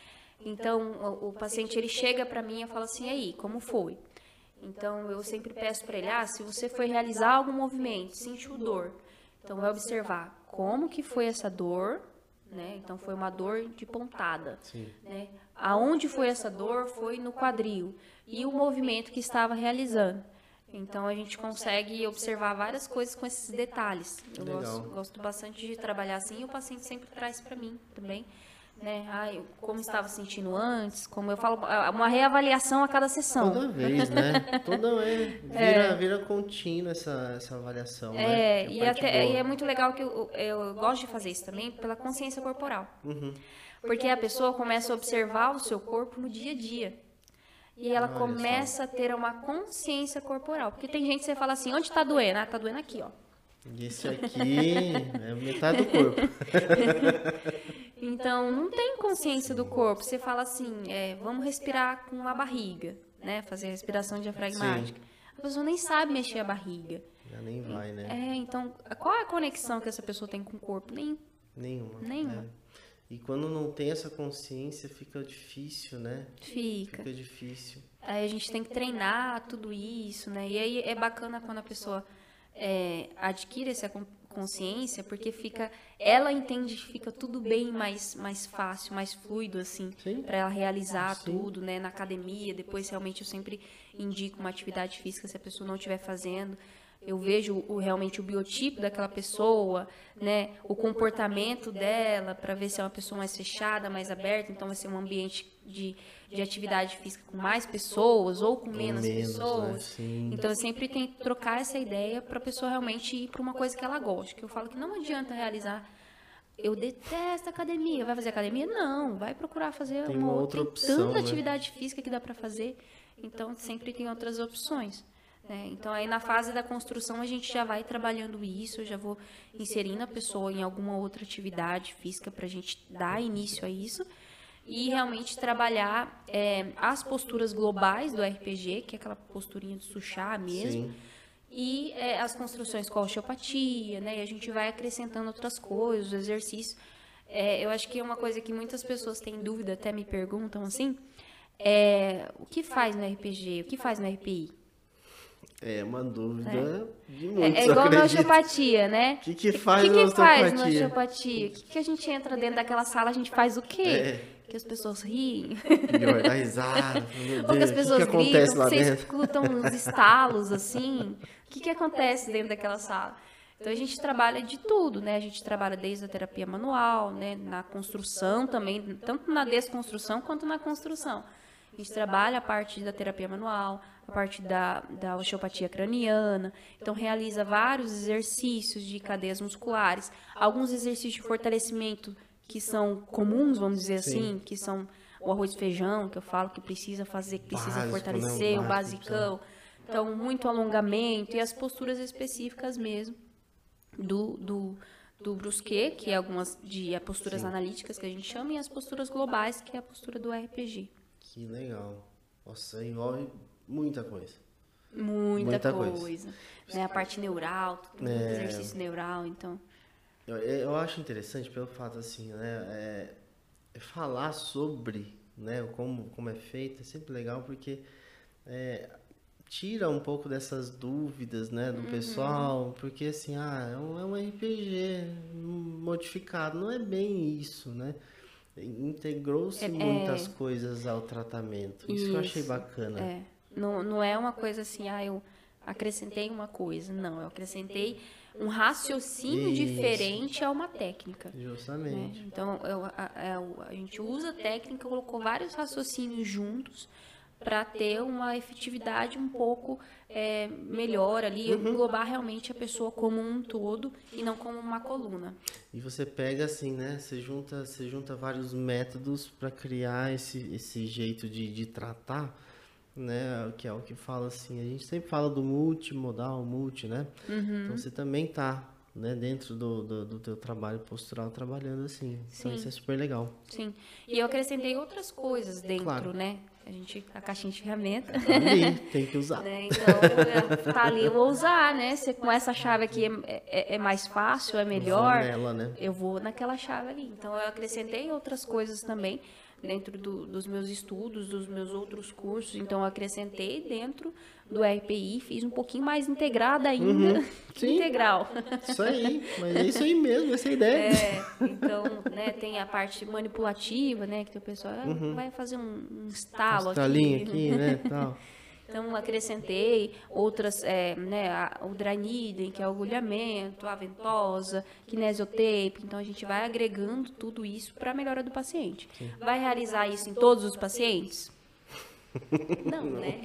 Então, o, o paciente ele chega para mim e fala assim, aí, como foi? Então, eu sempre peço para ele, ah, se você foi realizar algum movimento, sentiu dor, então vai observar como que foi essa dor, né? Então, foi uma dor de pontada. Sim. Né? Aonde foi essa dor? Foi no quadril. E o movimento que estava realizando. Então, a gente consegue observar várias coisas com esses detalhes. Eu gosto, gosto bastante de trabalhar assim e o paciente sempre traz para mim também. Né? Ai, como estava sentindo antes, como eu falo, uma reavaliação a cada sessão. Toda vez, né? Toda vez. Vira, é. vira contínua essa, essa avaliação. É, né? e, até, e é muito legal que eu, eu gosto de fazer isso também pela consciência corporal. Uhum. Porque a pessoa começa a observar o seu corpo no dia a dia. E ela Olha começa só. a ter uma consciência corporal. Porque tem gente que você fala assim, onde está doendo? Ah, tá doendo aqui, ó. E esse aqui é metade do corpo. Então, não tem consciência do corpo. Você fala assim, é, vamos respirar com a barriga, né? Fazer a respiração diafragmática. Sim. A pessoa nem sabe mexer a barriga. Já nem vai, né? É, então, qual é a conexão que essa pessoa tem com o corpo? Nem, Nenhuma. Nenhuma. É. E quando não tem essa consciência, fica difícil, né? Fica. Fica difícil. Aí a gente tem que treinar tudo isso, né? E aí é bacana quando a pessoa é, adquire essa consciência, porque fica, ela entende que fica tudo bem mais, mais fácil, mais fluido, assim, para ela realizar Sim. tudo, né? Na academia, depois realmente eu sempre indico uma atividade física se a pessoa não estiver fazendo. Eu vejo o, realmente o biotipo daquela pessoa, né? O comportamento dela, para ver se é uma pessoa mais fechada, mais aberta. Então, vai ser um ambiente de, de atividade física com mais pessoas ou com menos, menos pessoas. Né? Então, eu sempre tento trocar essa ideia para a pessoa realmente ir para uma coisa que ela goste. Que eu falo que não adianta realizar... Eu detesto academia. Vai fazer academia? Não. Vai procurar fazer tem uma, uma outra tem opção, tanta né? atividade física que dá para fazer. Então, sempre tem outras opções. Né? Então, aí na fase da construção, a gente já vai trabalhando isso, eu já vou inserindo a pessoa em alguma outra atividade física para a gente dar início a isso. E realmente trabalhar é, as posturas globais do R P G, que é aquela posturinha de suchá mesmo. Sim. E é, as construções com a osteopatia, né? E a gente vai acrescentando outras coisas, exercícios. É, eu acho que é uma coisa que muitas pessoas têm dúvida, até me perguntam assim, é, o que faz no R P G? O que faz no R P I? É uma dúvida é. de muitos, É, é igual na osteopatia, né? O que, que faz que, que na osteopatia? faz na osteopatia? O que, que a gente entra dentro daquela sala, a gente faz o quê? É. Que as pessoas riem. Pior, dá risada. Ou que as pessoas que que gritam, lá vocês dentro? escutam uns estalos assim. O que, que acontece dentro daquela sala? Então, a gente trabalha de tudo, né? A gente trabalha desde a terapia manual, né? Na construção também, tanto na desconstrução quanto na construção. A gente trabalha a parte da terapia manual, a parte da, da osteopatia craniana. Então, realiza vários exercícios de cadeias musculares. Alguns exercícios de fortalecimento que são comuns, vamos dizer Sim. assim, que são o arroz e feijão, que eu falo que precisa fazer, que precisa Básico, fortalecer, né? o, o basicão. Então, muito alongamento e as posturas específicas mesmo do, do, do brusquet, que é algumas de é posturas Sim. analíticas que a gente chama, e as posturas globais, que é a postura do R P G. Que legal. Nossa, envolve muita coisa. Muita, muita coisa. coisa. Né? A parte neural, tudo, é... exercício neural, então... Eu, eu acho interessante pelo fato, assim, né, é, é falar sobre, né, como, como é feito, é sempre legal, porque é, tira um pouco dessas dúvidas, né, do uhum. pessoal, porque, assim, ah, é um, é um R P G modificado, não é bem isso, né, integrou-se é, muitas é... coisas ao tratamento, isso, isso que eu achei bacana. É. Não, não é uma coisa assim, ah, eu acrescentei uma coisa, não, eu acrescentei um raciocínio Isso. diferente a uma técnica. Justamente. Né? Então, eu, a, a, a gente usa a técnica, colocou vários raciocínios juntos para ter uma efetividade um pouco é, melhor ali, uhum. englobar realmente a pessoa como um todo e não como uma coluna. E você pega assim, né? Você junta, você junta vários métodos para criar esse, esse jeito de, de tratar, né, que é o que fala assim, a gente sempre fala do multimodal, multi, né, uhum. então você também tá, né, dentro do, do, do teu trabalho postural trabalhando assim, Sim. então isso é super legal. Sim, e eu acrescentei outras coisas dentro, claro. né, a gente, a caixinha de ferramenta. Tá ali, tem que usar. né? Então, tá ali, eu vou usar, né, se com essa chave aqui é, é, é mais fácil, é melhor, nela, né? eu vou naquela chave ali, então eu acrescentei outras coisas também, dentro do, dos meus estudos, dos meus outros cursos, então eu acrescentei dentro do R P I, fiz um pouquinho mais integrada ainda, uhum. integral. Isso aí, mas é isso aí mesmo, essa é a ideia. É, então, né, tem a parte manipulativa, né, que o pessoal uhum. vai fazer um, um estalo um aqui. aqui, né, tal. Então, acrescentei outras, é, né, a, o dry needling, que é o agulhamento, a ventosa, kinesiotape. Então, a gente vai agregando tudo isso para a melhora do paciente. Sim. Vai realizar isso em todos os pacientes? Não, né?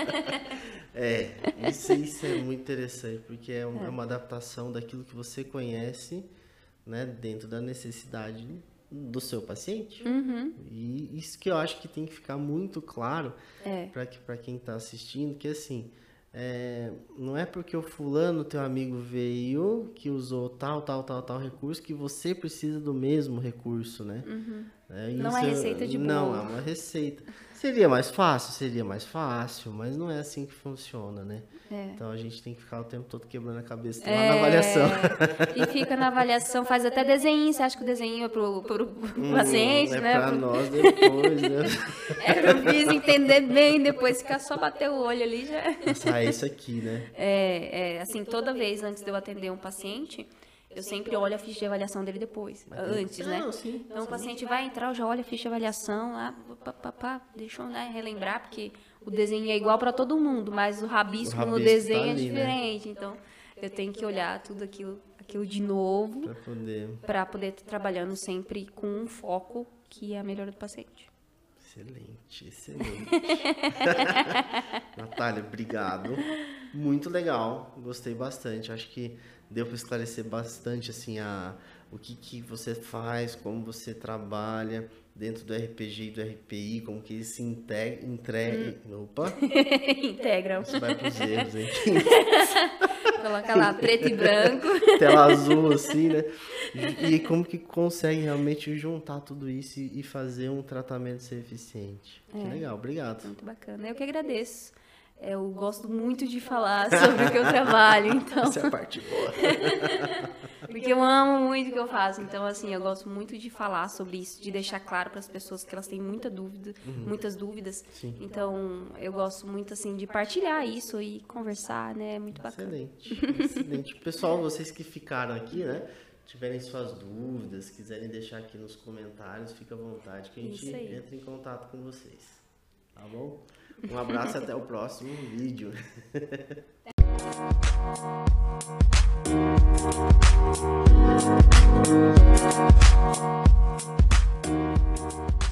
É, isso, isso é muito interessante, porque é, um, é. é uma adaptação daquilo que você conhece, né, dentro da necessidade do seu paciente. Uhum. E isso que eu acho que tem que ficar muito claro é. para que, para quem está assistindo, que assim, é, não é porque o fulano, teu amigo, veio, que usou tal, tal, tal, tal recurso, que você precisa do mesmo recurso, né? Uhum. É, não é receita de bolo. Não, é uma receita. Seria mais fácil? Seria mais fácil, mas não é assim que funciona, né? É. Então a gente tem que ficar o tempo todo quebrando a cabeça lá é, na avaliação. E fica na avaliação, faz até desenho. Você acha que o desenho é pro, pro, pro hum, paciente, é né? É pra pro... nós depois, né? É pro Viz entender bem, depois ficar só bater o olho ali já. Ah, é isso aqui, né? É, é, assim, toda vez antes de eu atender um paciente, eu sempre olho a ficha de avaliação dele depois, Mas antes, tem... né? Não, sim, então, sim. o paciente vai entrar, eu já olho a ficha de avaliação, lá, pá, pá, pá, deixa eu, né, relembrar, porque o desenho é igual para todo mundo, mas o rabisco, o rabisco no desenho tá ali, é diferente. Né? Então, eu tenho que olhar tudo aquilo, aquilo de novo para poder... para poder estar trabalhando sempre com um foco que é a melhora do paciente. Excelente, excelente. Natália, obrigado. Muito legal, gostei bastante. Acho que deu para esclarecer bastante assim, a, o que, que você faz, como você trabalha, dentro do R P G e do R P I, como que eles se integram, entre... hum. Opa! Integram. Isso vai pros erros, hein? Coloca lá, preto e branco. Tela azul, assim, né? E, e como que consegue realmente juntar tudo isso e, e fazer um tratamento ser eficiente. É. Que legal, obrigado. Muito bacana. Eu que agradeço. Eu gosto muito de falar sobre o que eu trabalho, então... Essa é a parte boa. Porque eu amo muito o que eu faço. Então, assim, eu gosto muito de falar sobre isso, de deixar claro para as pessoas que elas têm muita dúvida, uhum. muitas dúvidas. Sim. Então, eu gosto muito, assim, de partilhar isso e conversar, né? É muito bacana. Excelente, excelente. Pessoal, vocês que ficaram aqui, né? Tiverem suas dúvidas, quiserem deixar aqui nos comentários, fica à vontade que a gente entra em contato com vocês. Tá bom? Um abraço e até o próximo vídeo. Thank you.